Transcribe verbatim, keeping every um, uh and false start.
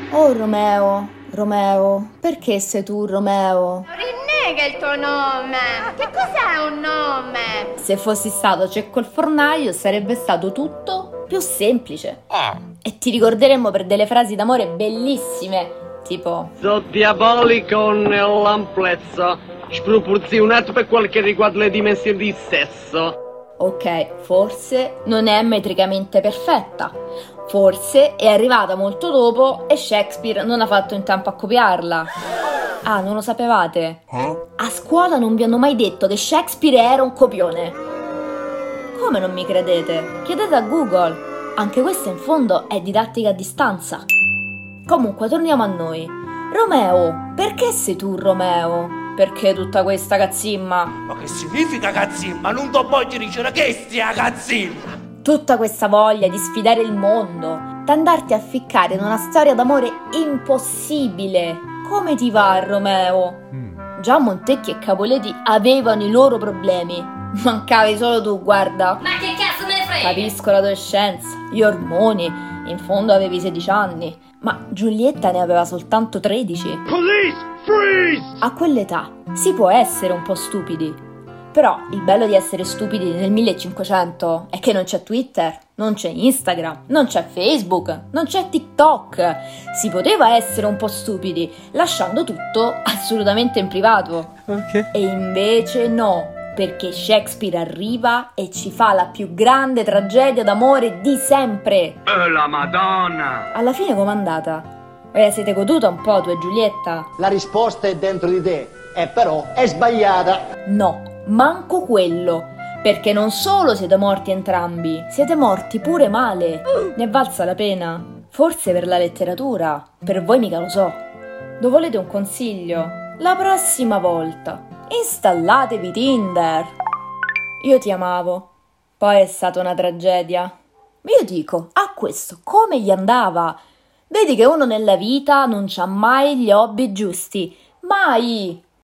Oh Romeo, Romeo, perché sei tu Romeo? Rinnega il tuo nome! Che cos'è un nome? Se fossi stato Cecco il fornaio sarebbe stato tutto più semplice. Ah. E ti ricorderemmo per delle frasi d'amore bellissime, tipo So diabolico nell'amplezza, sproporzionato per quel che riguarda le dimensioni di sesso. ok, forse non è metricamente perfetta, forse è arrivata molto dopo e Shakespeare non ha fatto in tempo a copiarla. Ah, non lo sapevate? A scuola non vi hanno mai detto che Shakespeare era un copione. Come non mi credete? Chiedete a Google. Anche questa in fondo è didattica a distanza. Comunque, torniamo a noi. Romeo, perché sei tu Romeo? Perché tutta questa cazzimma? Ma che significa cazzimma? Non ti voglio dire che stia cazzimma! Tutta questa voglia di sfidare il mondo, d'andarti a ficcare in una storia d'amore impossibile. Come ti va, Romeo? Già Montecchi e Capoleti avevano i loro problemi. Mancavi solo tu, guarda. Ma che cazzo me ne frega? Capisco l'adolescenza, gli ormoni, in fondo avevi sedici anni, ma Giulietta ne aveva soltanto tredici. Police, freeze! A quell'età si può essere un po' stupidi. Però il bello di essere stupidi nel millecinquecento è che non c'è Twitter, non c'è Instagram, non c'è Facebook, non c'è TikTok. Si poteva essere un po' stupidi, lasciando tutto assolutamente in privato. Ok. E invece no, perché Shakespeare arriva e ci fa la più grande tragedia d'amore di sempre. Oh la Madonna! Alla fine com'è andata? Ve la siete goduta un po' tu e Giulietta? La risposta è dentro di te, e però è sbagliata. No, manco quello. Perché non solo siete morti entrambi, siete morti pure male. Ne è valsa la pena? Forse per la letteratura, per voi mica lo so. Lo volete un consiglio? La prossima volta installatevi Tinder. Io ti amavo, poi è stata una tragedia. Io dico, a questo come gli andava? Vedi che uno nella vita non c'ha mai gli hobby giusti, mai!